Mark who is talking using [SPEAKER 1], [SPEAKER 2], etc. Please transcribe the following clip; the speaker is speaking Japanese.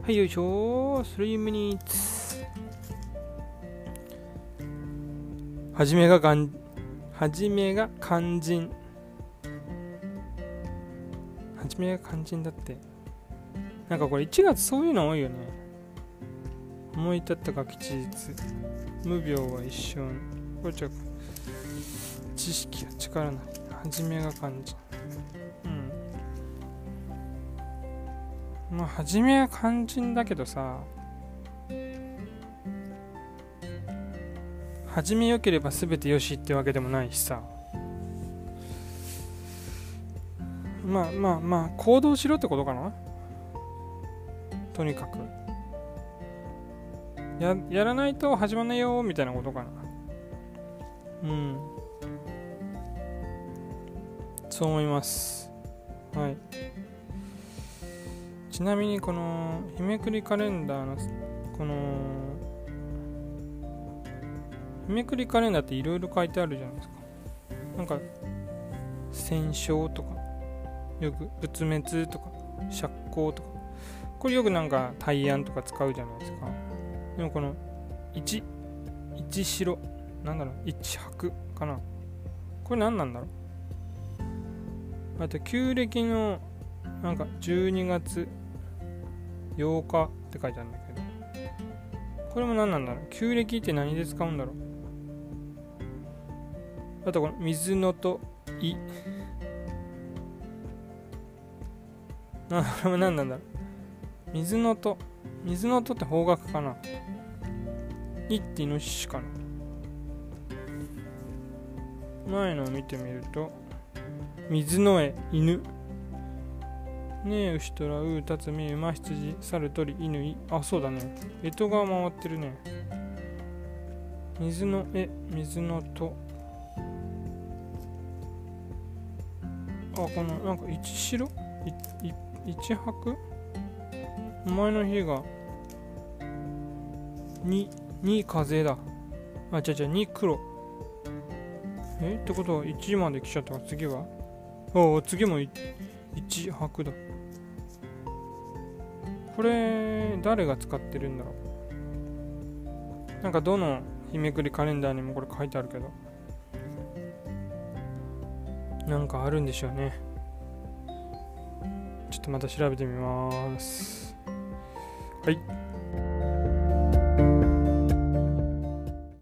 [SPEAKER 1] はい、よいしょ。3 minutes。はじめが肝心。はじめが肝心だって。なんかこれ1月そういうの多いよね。思い立ったが吉日。無病は一生。これじゃ知識は力なり。はじめが肝心。まあ、はじめは肝心だけどさ、始めよければ全てよしってわけでもないしさ、まあ行動しろってことかな。とにかく やらないと始まんないよみたいなことかな。そう思います。はい。ちなみにこの日めくりカレンダーのこの日めくりカレンダーっていろいろ書いてあるじゃないですか。なんか戦勝とかよく仏滅とか釈光とか、これよくなんか大安とか使うじゃないですか。でもこの一白なんだろう、一白かな、これ何なんだろう。あと旧暦のなんか12月8日って書いてあるんだけど、これも何なんだろう。旧暦って何で使うんだろう。あとこの水のとい、これも何なんだろう。水のとって方角かな。いってイノシシかな。前のを見てみると水の絵犬ねえ、牛とらうたつみ馬羊猿鳥犬い、あ、そうだね、干支が回ってるね。水の絵水のと、あ、このなんか一白一白、前の日が2風だ。あ、じゃ2黒。ってことは1まで来ちゃったから、次は次も1白だ。これ誰が使ってるんだろう。なんかどの日めくりカレンダーにもこれ書いてあるけど、なんかあるんでしょうね。ちょっとまた調べてみます。はい。